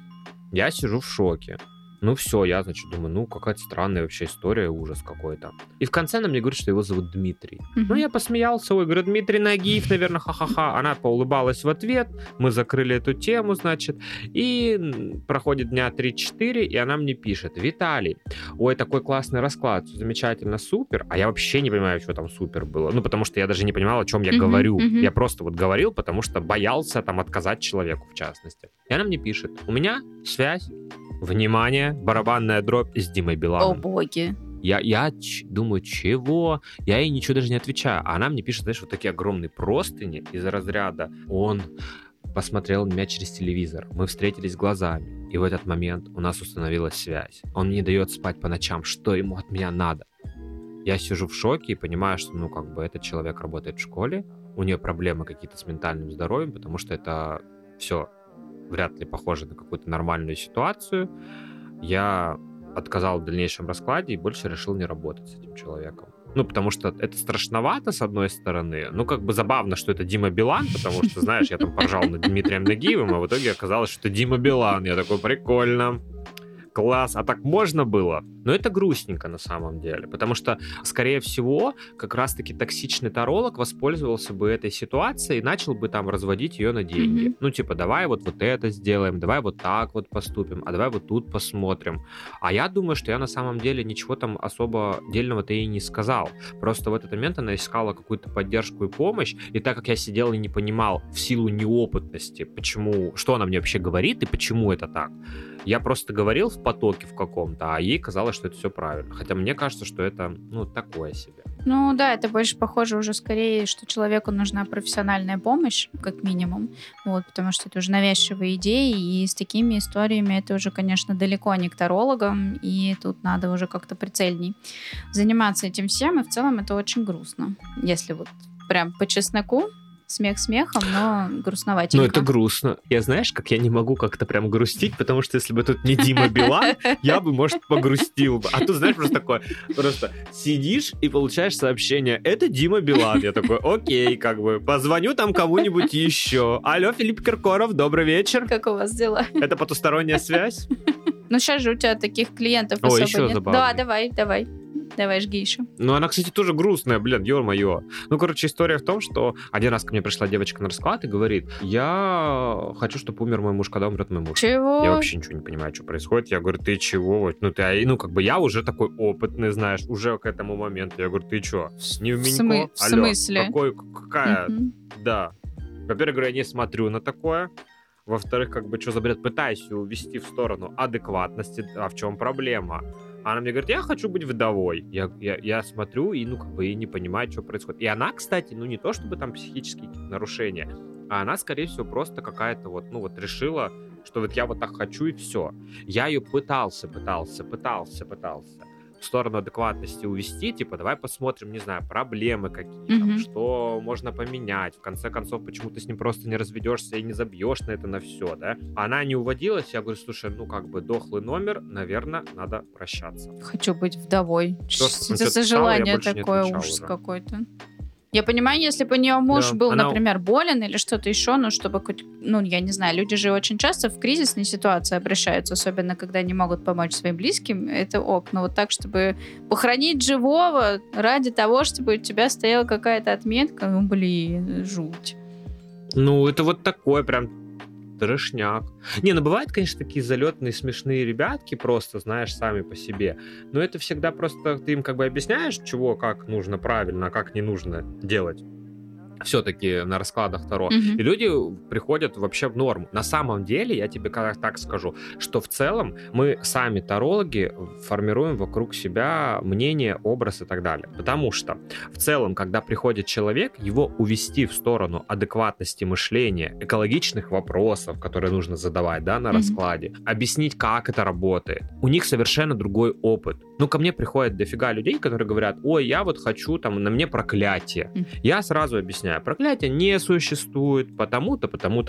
Я сижу в шоке. Ну все, я, значит, думаю, ну какая-то странная вообще история, ужас какой-то. И в конце она мне говорит, что его зовут Дмитрий. Ну я посмеялся, ой, говорю, Дмитрий Нагиев, наверное, ха-ха-ха. Она поулыбалась в ответ, мы закрыли эту тему, значит, и проходит дня 3-4, и она мне пишет, Виталий, ой, такой классный расклад, замечательно, супер. А я вообще не понимаю, что там супер было. Ну потому что я даже не понимал, о чем я говорю. Я просто вот говорил, потому что боялся там отказать человеку, в частности. И она мне пишет, у меня связь, внимание, барабанная дробь с Димой Биланом. О, боги. Я думаю, чего? Я ей ничего даже не отвечаю. А она мне пишет, знаешь, вот такие огромные простыни из разряда. Он посмотрел на меня через телевизор. Мы встретились глазами. И в этот момент у нас установилась связь. Он не дает спать по ночам. Что ему от меня надо? Я сижу в шоке и понимаю, что, ну, как бы этот человек работает в школе. У нее проблемы какие-то с ментальным здоровьем, потому что это все вряд ли похоже на какую-то нормальную ситуацию. Я отказал в дальнейшем раскладе и больше решил не работать с этим человеком. Ну, потому что это страшновато, с одной стороны. Ну, как бы забавно, что это Дима Билан, потому что, знаешь, я там поржал над Дмитрием Нагиевым, а в итоге оказалось, что это Дима Билан. Я такой, прикольно. Класс, а так можно было? Но это грустненько на самом деле, потому что, скорее всего, как раз-таки токсичный таролог воспользовался бы этой ситуацией и начал бы там разводить ее на деньги. Ну, типа, давай вот это сделаем, давай вот так вот поступим, а давай вот тут посмотрим. А я думаю, что я на самом деле ничего там особо дельного-то и не сказал. Просто в этот момент она искала какую-то поддержку и помощь, и так как я сидел и не понимал в силу неопытности, почему, что она мне вообще говорит и почему это так, я просто говорил в потоке в каком-то, а ей казалось, что это все правильно. Хотя мне кажется, что это, ну, такое себе. Ну да, это больше похоже уже скорее, что человеку нужна профессиональная помощь, как минимум, вот, потому что это уже навязчивые идеи, и с такими историями это уже, конечно, далеко не к тарологам, и тут надо уже как-то прицельней заниматься этим всем, и в целом это очень грустно, если вот прям по чесноку. Смех смехом, но грустноватенько. Ну, это грустно. Я, знаешь, как я не могу как-то прям грустить, потому что если бы тут не Дима Билан, я бы, может, погрустил бы. А тут, знаешь, просто такое, просто сидишь и получаешь сообщение, это Дима Билан. Я такой, окей, как бы, позвоню там кому-нибудь еще. Алло, Филипп Киркоров, добрый вечер. Как у вас дела? Это потусторонняя связь? Ну, сейчас же у тебя таких клиентов О, особо еще нет. забавно. Да, давай, жги еще. Ну, она, кстати, тоже грустная, блин, ё-моё. Ну, короче, история в том, что один раз ко мне пришла девочка на расклад и говорит, я хочу, чтобы умер мой муж, когда умрет мой муж. Чего? Я вообще ничего не понимаю, что происходит. Я говорю, ты чего? Ну, как бы я уже такой опытный, знаешь, уже к этому моменту. Я говорю, ты что, не в Минько? В смысле? Какая? Да. Во-первых, говорю, я не смотрю на такое. Во-вторых, как бы, что за бред? Пытаюсь ее увести в сторону адекватности. А в чем проблема? Она мне говорит, я хочу быть вдовой. Я смотрю и, как бы, и не понимаю, что происходит. И она, кстати, не то, чтобы там психические нарушения, а она, скорее всего, просто какая-то решила, что вот я вот так хочу и все. Я ее пытался в сторону адекватности увести, типа, давай посмотрим, не знаю, проблемы какие там, что можно поменять. В конце концов, почему ты с ним просто не разведешься и не забьешь на это на все, да? Она не уводилась, я говорю, слушай, дохлый номер, наверное, надо прощаться. Хочу быть вдовой. Что это за желание такое, ужас какой-то. Я понимаю, если бы у нее муж был, например, болен или что-то еще, чтобы я не знаю, люди же очень часто в кризисные ситуации обращаются, особенно когда не могут помочь своим близким, это ок. Но вот так, чтобы похоронить живого ради того, чтобы у тебя стояла какая-то отметка, жуть. Ну, это вот такое прям трешняк. Бывают, конечно, такие залетные, смешные ребятки, просто, знаешь, сами по себе. Но это всегда просто ты им как бы объясняешь, чего, как нужно правильно, а как не нужно делать. Все-таки на раскладах Таро. И люди приходят вообще в норму. На самом деле, я тебе так скажу, что в целом мы сами тарологи формируем вокруг себя мнение, образ и так далее. Потому что в целом, когда приходит человек, его увести в сторону адекватности мышления, экологичных вопросов, которые нужно задавать, да, на раскладе, объяснить, как это работает. У них совершенно другой опыт. Ко мне приходят дофига людей, которые говорят, ой, я вот хочу, там, на мне проклятие. Я сразу объясняю, проклятие не существует, потому-то.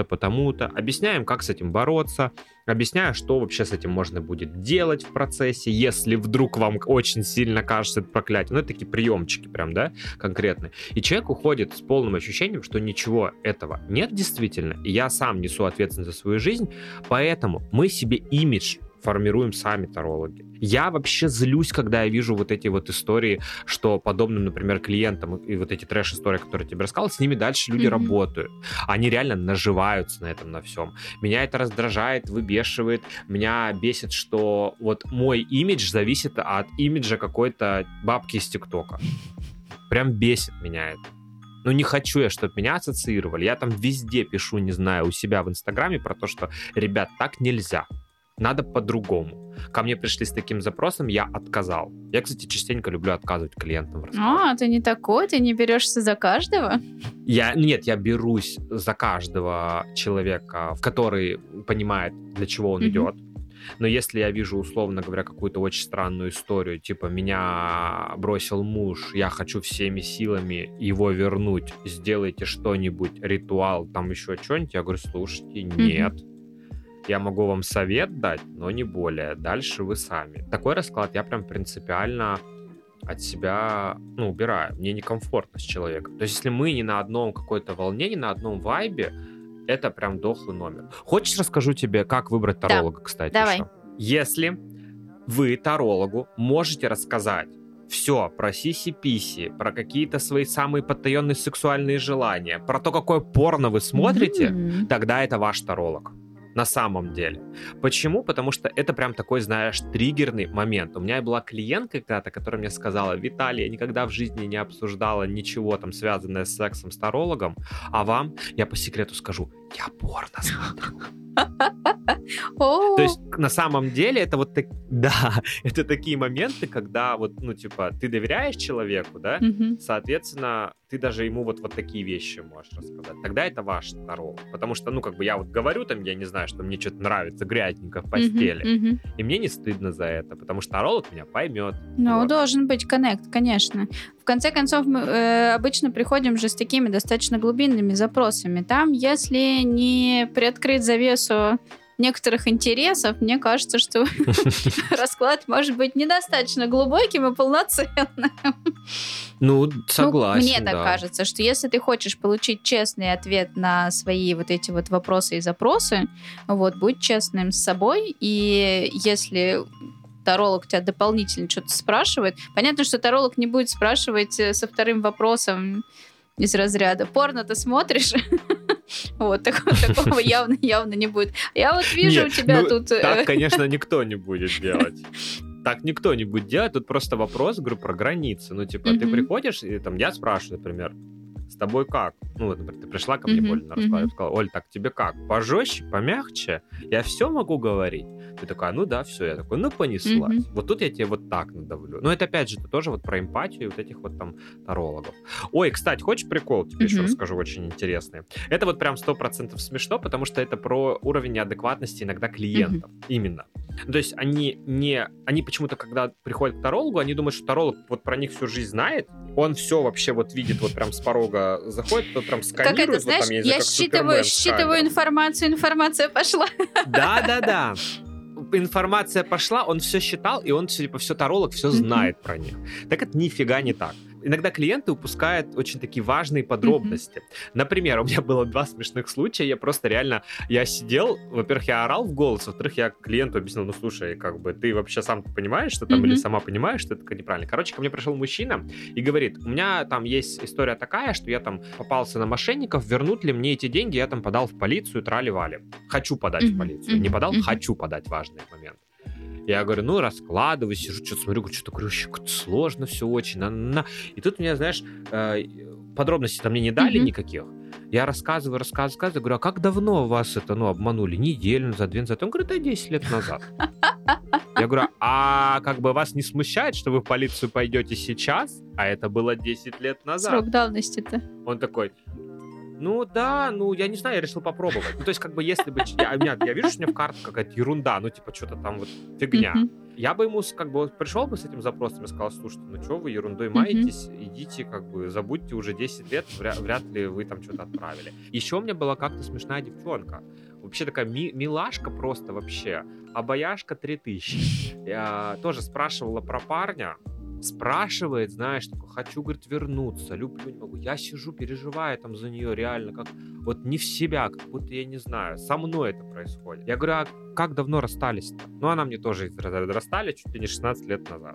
Объясняем, как с этим бороться. Объясняю, что вообще с этим можно будет делать в процессе, если вдруг вам очень сильно кажется это проклятие. Это такие приемчики прям, да, конкретные. И человек уходит с полным ощущением, что ничего этого нет действительно, и я сам несу ответственность за свою жизнь, поэтому мы себе имидж формируем сами тарологи. Я вообще злюсь, когда я вижу вот эти вот истории, что подобным, например, клиентам и вот эти трэш-истории, которые я тебе рассказал, с ними дальше люди работают. Они реально наживаются на этом, на всем. Меня это раздражает, выбешивает. Меня бесит, что вот мой имидж зависит от имиджа какой-то бабки из ТикТока. Прям бесит меня это. Не хочу я, чтобы меня ассоциировали. Я там везде пишу, не знаю, у себя в Инстаграме про то, что, ребят, так нельзя. Надо по-другому. Ко мне пришли с таким запросом, я отказал. Я, кстати, частенько люблю отказывать клиентам. Ты не такой? Ты не берешься за каждого? Нет, я берусь за каждого человека, который понимает, для чего он идет. Но если я вижу, условно говоря, какую-то очень странную историю, типа меня бросил муж, я хочу всеми силами его вернуть, сделайте что-нибудь, ритуал, там еще что-нибудь, я говорю, слушайте, нет. Я могу вам совет дать, но не более. Дальше вы сами. Такой расклад я прям принципиально от себя, убираю. Мне некомфортно с человеком. То есть, если мы не на одном какой-то волне, не на одном вайбе, это прям дохлый номер. Хочешь, расскажу тебе, как выбрать таролога, кстати? Давай. Еще? Если вы тарологу можете рассказать все про сиси-писи, про какие-то свои самые потаенные сексуальные желания, про то, какое порно вы смотрите, тогда это ваш таролог. На самом деле. Почему? Потому что это прям такой, знаешь, триггерный момент. У меня была клиентка когда-то, которая мне сказала: Виталий, я никогда в жизни не обсуждала ничего там, связанное с сексом с тарологом, а вам, я по секрету скажу, я порно смотрю. О, То есть на самом деле это вот да, это такие моменты, когда вот, ну, типа, ты доверяешь человеку, да, мгм, соответственно, ты даже ему вот такие вещи можешь рассказать. Тогда это ваш таролог. Потому что, ну, как бы я вот говорю там, я не знаю, что мне что-то нравится грязненько в постели, мгм. и мне не стыдно за это, потому что таролог меня поймет. Ну, Вот. должен быть коннект, конечно. В конце концов, мы обычно приходим же с такими достаточно глубинными запросами. Там, если не приоткрыть завесу некоторых интересов, мне кажется, что расклад может быть недостаточно глубоким и полноценным. Ну, Ну, согласен, мне так да. кажется, что если ты хочешь получить честный ответ на свои вот эти вот вопросы и запросы, вот, будь честным с собой, и если таролог тебя дополнительно что-то спрашивает, понятно, что таролог не будет спрашивать со вторым вопросом из разряда «Порно ты смотришь?» Вот, такого явно не будет. Я вот вижу Не, у тебя ну, тут... так, конечно, никто не будет делать. Так никто не будет делать. Тут просто вопрос, говорю, про границы. Ну, типа, ты Мгм. приходишь, и там я спрашиваю, например, с тобой как? Ну, вот, например, ты пришла ко мне, Мгм, Оля, на расклад, я мгм. сказала: Оль, так тебе как? Пожестче, помягче? Я все могу говорить? Ты такая: ну да, все. Я такой: ну, понеслась. Мгм. Вот тут я тебе вот так надавлю. Но это, опять же, это тоже вот про эмпатию вот этих вот там тарологов. Ой, кстати, хочешь прикол? Тебе еще Мгм. расскажу, очень интересный. Это вот прям 100% смешно, потому что это про уровень неадекватности иногда клиентов. Именно. Ну, то есть они почему-то, когда приходят к тарологу, они думают, что таролог вот про них всю жизнь знает, он все вообще вот видит, вот прям с порога заходит, тот прям Как сканирует, это, вот знаешь, там, я не я знаю, как Супермен с считываю камерой. информация пошла. Да. Информация пошла, он все считал, и он, типа, все таролог, все знает про них. Так это нифига не так. Иногда клиенты упускают очень такие важные подробности. Например, у меня было 2 смешных случая. Я просто реально, я сидел, во-первых, я орал в голос, во-вторых, я клиенту объяснил: ну, слушай, как бы, ты вообще сам понимаешь, что там, или сама понимаешь, что это неправильно. Короче, ко мне пришел мужчина и говорит: у меня там есть история такая, что я там попался на мошенников, вернут ли мне эти деньги, я там подал в полицию, трали-вали. Хочу подать в полицию. Не подал, хочу подать, важный момент. Я говорю: ну, раскладывай, сижу, что-то смотрю, что-то говорю, как-то сложно все очень. И тут мне, знаешь, подробностей там мне не дали никаких. Я рассказываю, говорю: а как давно вас это, ну, обманули? Неделю назад, 2 назад? Он говорит: да 10 лет назад. Я говорю: а как бы вас не смущает, что вы в полицию пойдете сейчас, а это было 10 лет назад? Срок давности-то. Он такой: ну да, ну я не знаю, я решил попробовать. Ну то есть как бы если бы... Я вижу, что у меня в картах какая-то ерунда, ну типа что-то там вот фигня. Я бы ему как бы пришел бы с этим запросом и сказал: слушайте, ну что вы ерундой маетесь, идите как бы забудьте, уже 10 лет, вряд ли вы там что-то отправили. Еще у меня была как-то смешная девчонка. Вообще такая милашка просто вообще. Обаяшка 3000. Я тоже спрашивала про парня. Спрашивает, знаешь, такой: хочу, говорит, вернуться, люблю, не могу. Я сижу, переживаю там за нее реально, как вот не в себя, как будто, я не знаю, со мной это происходит. Я говорю: а как давно расстались-то? Ну, она мне тоже расстались чуть ли не 16 лет назад.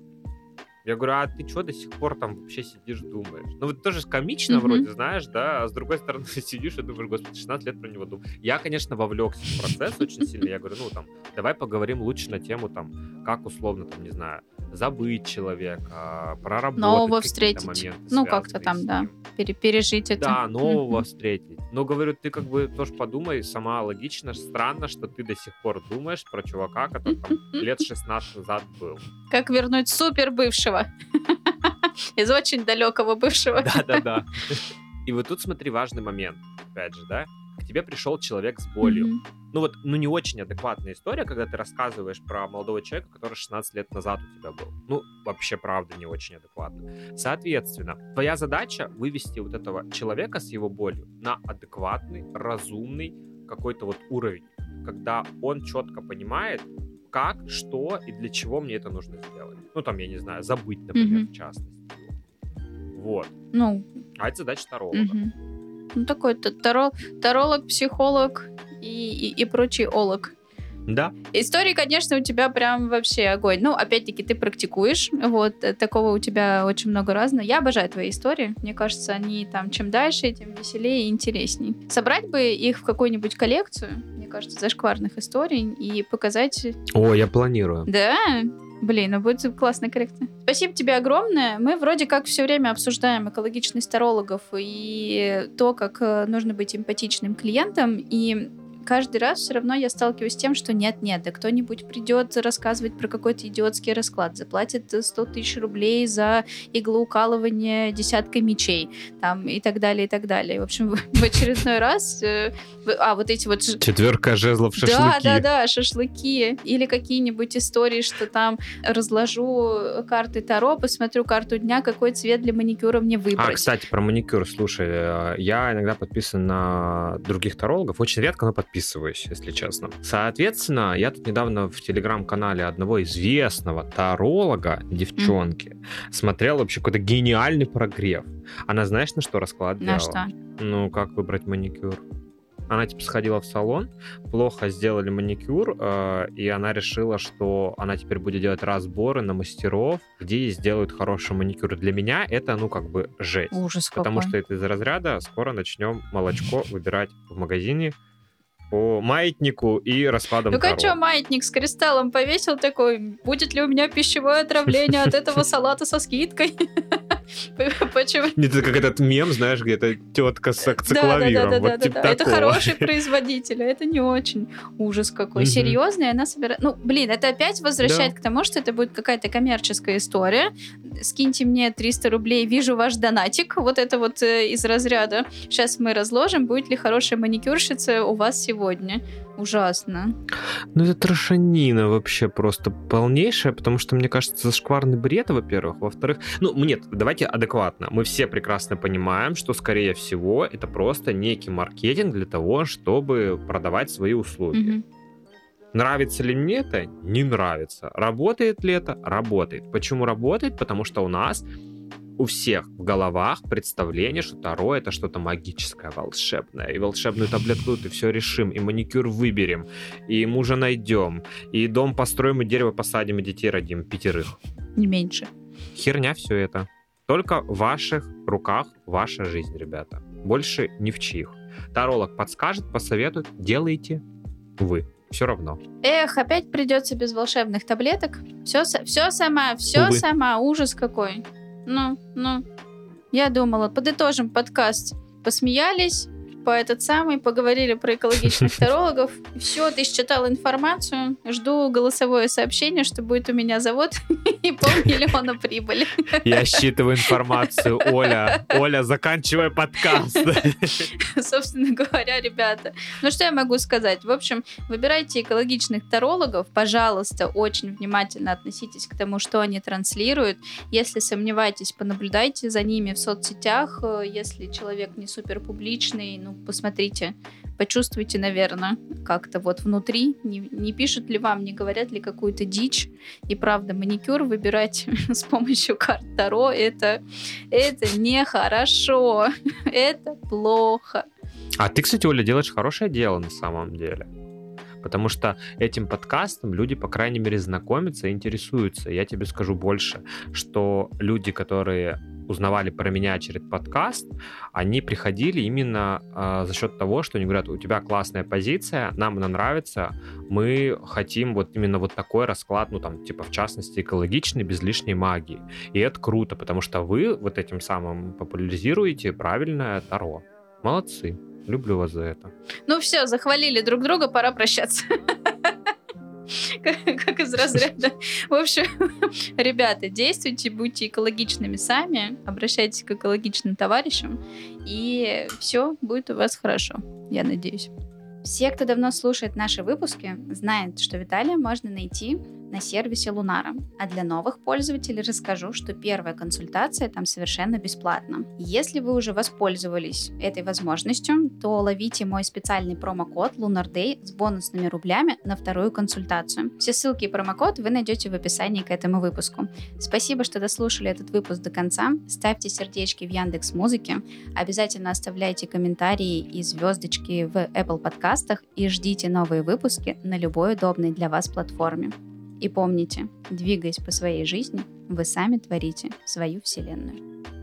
Я говорю: а ты что до сих пор там вообще сидишь, думаешь? Ну, вот тоже комично вроде, знаешь, да, а с другой стороны сидишь и думаешь: господи, 16 лет про него думаю. Я, конечно, вовлекся в процесс очень сильно. Я говорю: ну, там, давай поговорим лучше на тему, там, как условно, там, не знаю, забыть человека, проработать Нового какие-то встретить. моменты, Ну, как-то связанные там, с да, ним. пережить это. Да, нового встретить. Но, говорю, ты как бы тоже подумай, сама логично, странно, что ты до сих пор думаешь про чувака, который там лет 16 назад был. Как вернуть супер бывшего. Из очень далекого бывшего. Да. И вот тут смотри, важный момент, опять же, да, к тебе пришел человек с болью. Ну вот, ну не очень адекватная история, когда ты рассказываешь про молодого человека, который 16 лет назад у тебя был. Ну, вообще, правда, не очень адекватно. Соответственно, твоя задача вывести вот этого человека с его болью на адекватный, разумный какой-то вот уровень, когда он четко понимает, как, что и для чего мне это нужно сделать. Ну, там, я не знаю, забыть, например, в частности. Вот. Ну, а это задача таролога. Ну, такой таролог, психолог и прочий олог. Да. Истории, конечно, у тебя прям вообще огонь. Ну, опять-таки, ты практикуешь. Вот, такого у тебя очень много разного. Я обожаю твои истории. Мне кажется, они там чем дальше, тем веселее и интересней. Собрать бы их в какую-нибудь коллекцию, мне кажется, зашкварных историй и показать... О, я планирую. Да? Блин, ну будет классная коллекция. Спасибо тебе огромное. Мы вроде как все время обсуждаем экологичность тарологов и то, как нужно быть эмпатичным клиентом. И каждый раз все равно я сталкиваюсь с тем, что нет, да кто-нибудь придет рассказывать про какой-то идиотский расклад, заплатит 100 тысяч рублей за иглоукалывание десяткой мечей, там, и так далее, и так далее. В общем, в очередной раз... вот эти вот... 4 жезлов шашлыки. Да, шашлыки. Или какие-нибудь истории, что там разложу карты Таро, посмотрю карту дня, какой цвет для маникюра мне выбрать. Кстати, про маникюр, слушай, я иногда подписан на других тарологов, очень редко, но подписываюсь, если честно. Соответственно, я тут недавно в телеграм-канале одного известного таролога, девчонки, смотрел вообще какой-то гениальный прогрев. Она, знаешь, на что расклад делала? На что? Ну, как выбрать маникюр. Она, типа, сходила в салон, плохо сделали маникюр, и она решила, что она теперь будет делать разборы на мастеров, где ей сделают хороший маникюр. Для меня это, жесть. Ужас какой. Потому что это из разряда скоро начнем молочко выбирать в магазине по маятнику и раскладам Таро. Ну-ка, что, маятник с кристаллом повесил такой, будет ли у меня пищевое отравление от этого салата со скидкой? Почему? Это как этот мем, знаешь, где то тетка с цикловиром. Да. Это хороший производитель, а это не очень. Ужас какой. Серьезно, и она собирает... это опять возвращает к тому, что это будет какая-то коммерческая история. Скиньте мне 300 рублей, вижу ваш донатик. Вот это вот из разряда. Сейчас мы разложим, будет ли хорошая маникюрщица у вас сегодня. Ужасно. Это трошанина вообще просто полнейшая, потому что, мне кажется, зашкварный бред, во-первых. Во-вторых, нет, давайте адекватно. Мы все прекрасно понимаем, что, скорее всего, это просто некий маркетинг для того, чтобы продавать свои услуги. Нравится ли мне это? Не нравится. Работает ли это? Работает. Почему работает? Потому что у нас у всех в головах представление, что Таро — это что-то магическое, волшебное. И волшебную таблетку и все решим, и маникюр выберем, и мужа найдем, и дом построим, и дерево посадим, и детей родим, 5. Не меньше. Херня все это. Только в ваших руках ваша жизнь, ребята. Больше ни в чьих. Таролог подскажет, посоветует, делайте вы. Все равно. Опять придется без волшебных таблеток. Все сама, ужас какой. Я думала, подытожим подкаст. Посмеялись, поговорили про экологичных тарологов. Все, ты считал информацию. Жду голосовое сообщение, что будет у меня завод и 500 000 прибыли. Я считываю информацию. Оля, заканчивай подкаст. Собственно говоря, ребята. Что я могу сказать? В общем, выбирайте экологичных тарологов. Пожалуйста, очень внимательно относитесь к тому, что они транслируют. Если сомневаетесь, понаблюдайте за ними в соцсетях. Если человек не супер публичный, посмотрите, почувствуйте, наверное, как-то вот внутри, не пишут ли вам, не говорят ли какую-то дичь. И правда, маникюр выбирать с помощью карт Таро это нехорошо, это плохо. А ты, кстати, Оля, делаешь хорошее дело на самом деле. Потому что этим подкастом люди, по крайней мере, знакомятся и интересуются. Я тебе скажу больше, что люди, которые узнавали про меня через подкаст, они приходили именно за счет того, что они говорят, у тебя классная позиция, нам она нравится, мы хотим вот именно вот такой расклад, в частности, экологичный, без лишней магии. И это круто, потому что вы вот этим самым популяризируете правильное Таро. Молодцы. Люблю вас за это. Все, захвалили друг друга, пора прощаться. Как из разряда. В общем, ребята, действуйте, будьте экологичными сами, обращайтесь к экологичным товарищам, и все будет у вас хорошо, я надеюсь. Все, кто давно слушает наши выпуски, знают, что Виталия можно найти на сервисе Лунара. А для новых пользователей расскажу, что первая консультация там совершенно бесплатна. Если вы уже воспользовались этой возможностью, то ловите мой специальный промокод LunarDay с бонусными рублями на вторую консультацию. Все ссылки и промокод вы найдете в описании к этому выпуску. Спасибо, что дослушали этот выпуск до конца. Ставьте сердечки в Яндекс.Музыке. Обязательно оставляйте комментарии и звездочки в Apple подкастах и ждите новые выпуски на любой удобной для вас платформе. И помните, двигаясь по своей жизни, вы сами творите свою вселенную.